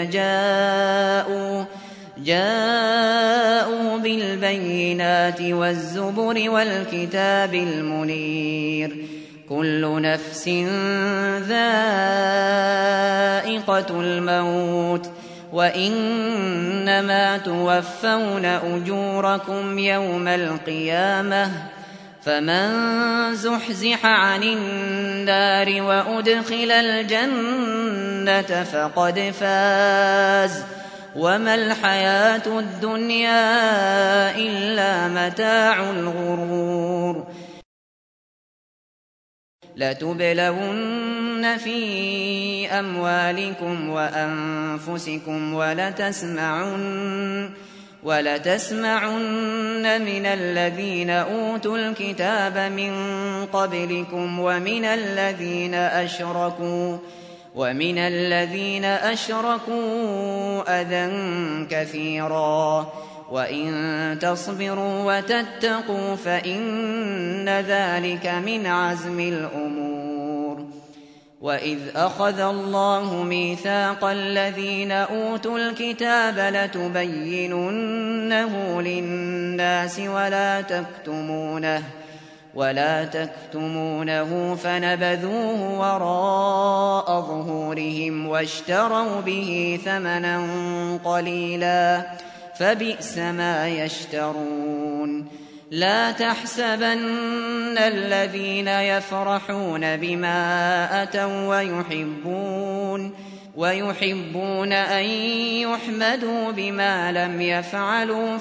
جاءوا بالبينات والزبر والكتاب المنير، كل نفس ذائقة الموت، وإنما توفون أجوركم يوم القيامة، فمن زحزح عن النار وأدخل الجنة فقد فاز، وما الحياة الدنيا إلا متاع الغرور. لتبلون في أموالكم وأنفسكم ولتسمعن من الذين أوتوا الكتاب من قبلكم ومن الذين أشركوا أذى كثيرا، وإن تصبروا وتتقوا فإن ذلك من عزم الأمور. وإذ أخذ الله ميثاق الذين أوتوا الكتاب لتبيننه للناس ولا تكتمونه فنبذوه وراء ظهورهم واشتروا به ثمنا قليلا، فبئس ما يشترون. لا تحسبن الذين يفرحون بما أتوا ويحبون أن يحمدوا بما لم يفعلوا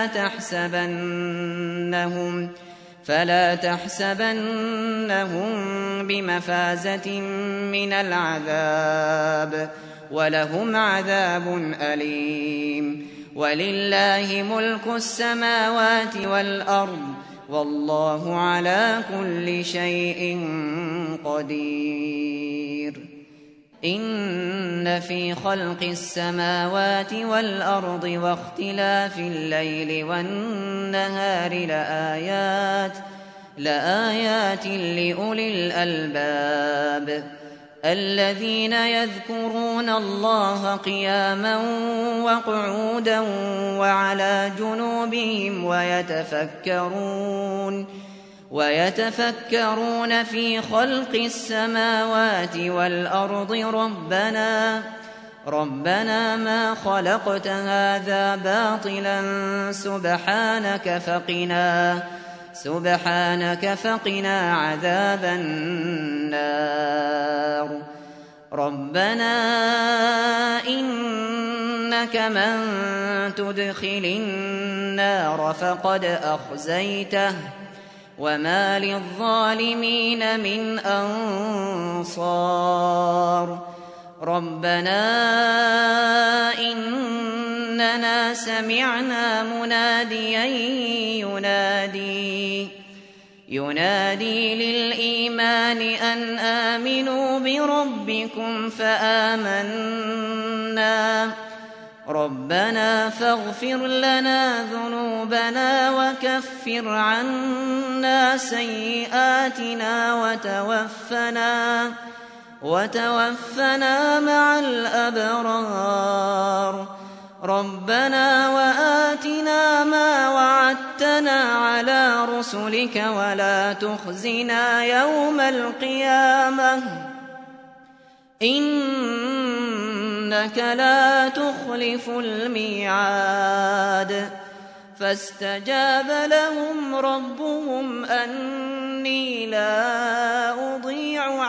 فلا تحسبنهم بمفازة من العذاب، ولهم عذاب أليم. ولله ملك السماوات والأرض، والله على كل شيء قدير. إن في خلق السماوات والأرض واختلاف الليل والنهار لآيات لأولي الألباب. الذين يذكرون الله قياما وقعودا وعلى جنوبهم ويتفكرون في خلق السماوات والأرض ربنا ما خلقت هذا باطلا سبحانك فقنا عذاب النار. ربنا إنك من تدخل النار فقد أخزيته وما للظالمين من أنصار. ربنا إننا سمعنا مناديا ينادي للإيمان أن آمنوا بربكم فآمنا. ربنا فاغفر لنا ذنوبنا وكفر عنا سيئاتنا وتوفنا مع الأبرار. ربنا وآتنا ما وعدتنا على رسلك ولا تخزنا يوم القيامة إنك لا تخلف الميعاد. فاستجاب لهم ربهم أني لا أضيع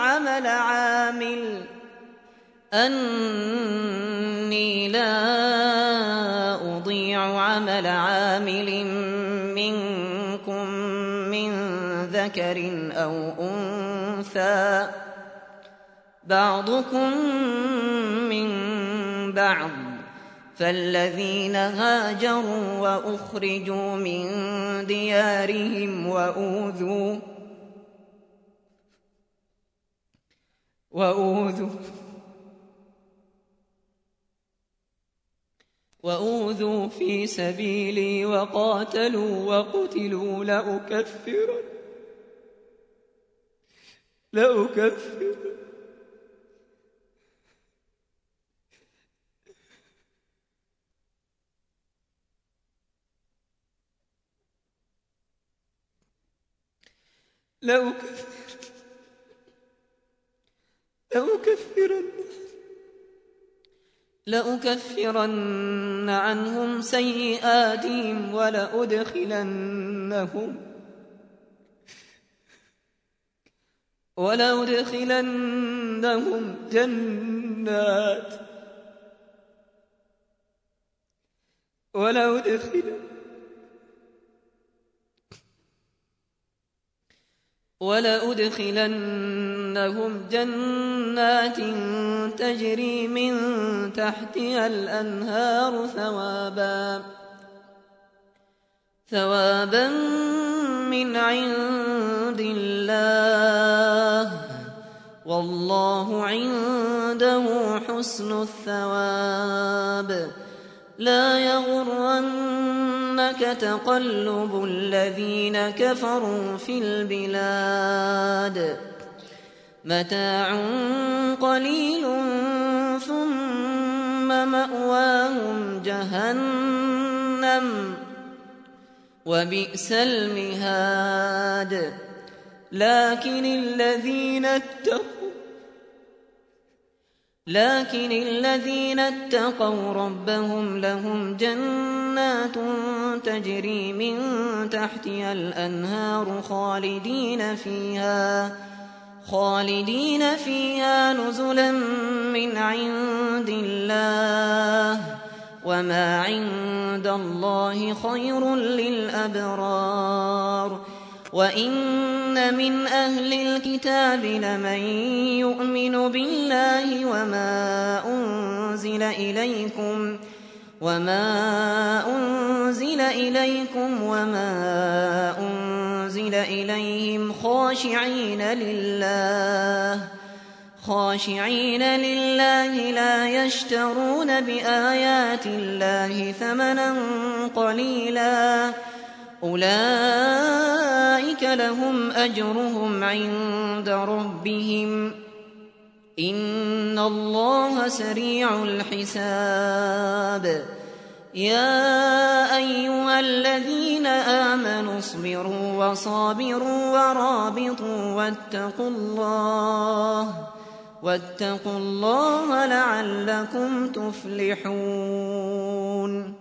عمل عامل منكم من ذكر أو أنثى بعضكم من بعض. فالذين هاجروا وأخرجوا من ديارهم وأوذوا في سبيلي وقاتلوا وقتلوا لأكفرن عنهم سيئاتهم ولأدخلنهم جنات تجري من تحتها الأنهار ثوابا من عند الله والله عنده حسن الثواب. لا يغرنك تقلب الذين كفروا في البلاد متاع قليل ثم مأواهم جهنم وبئس المهاد. لكن الذين اتقوا ربهم لهم جنات تجري من تحتها الأنهار خالدين فيها نزلا من عند الله وما عند الله خير للأبرار. وإن من أهل الكتاب لمن يؤمن بالله وما أنزل إليكم وما أنزل إليهم خاشعين لله لا يشترون بآيات الله ثمنا قليلا أولئك لهم أجرهم عند ربهم إن الله سريع الحساب يا أيها الذين آمنوا اصبروا وصابروا ورابطوا واتقوا الله لعلكم تفلحون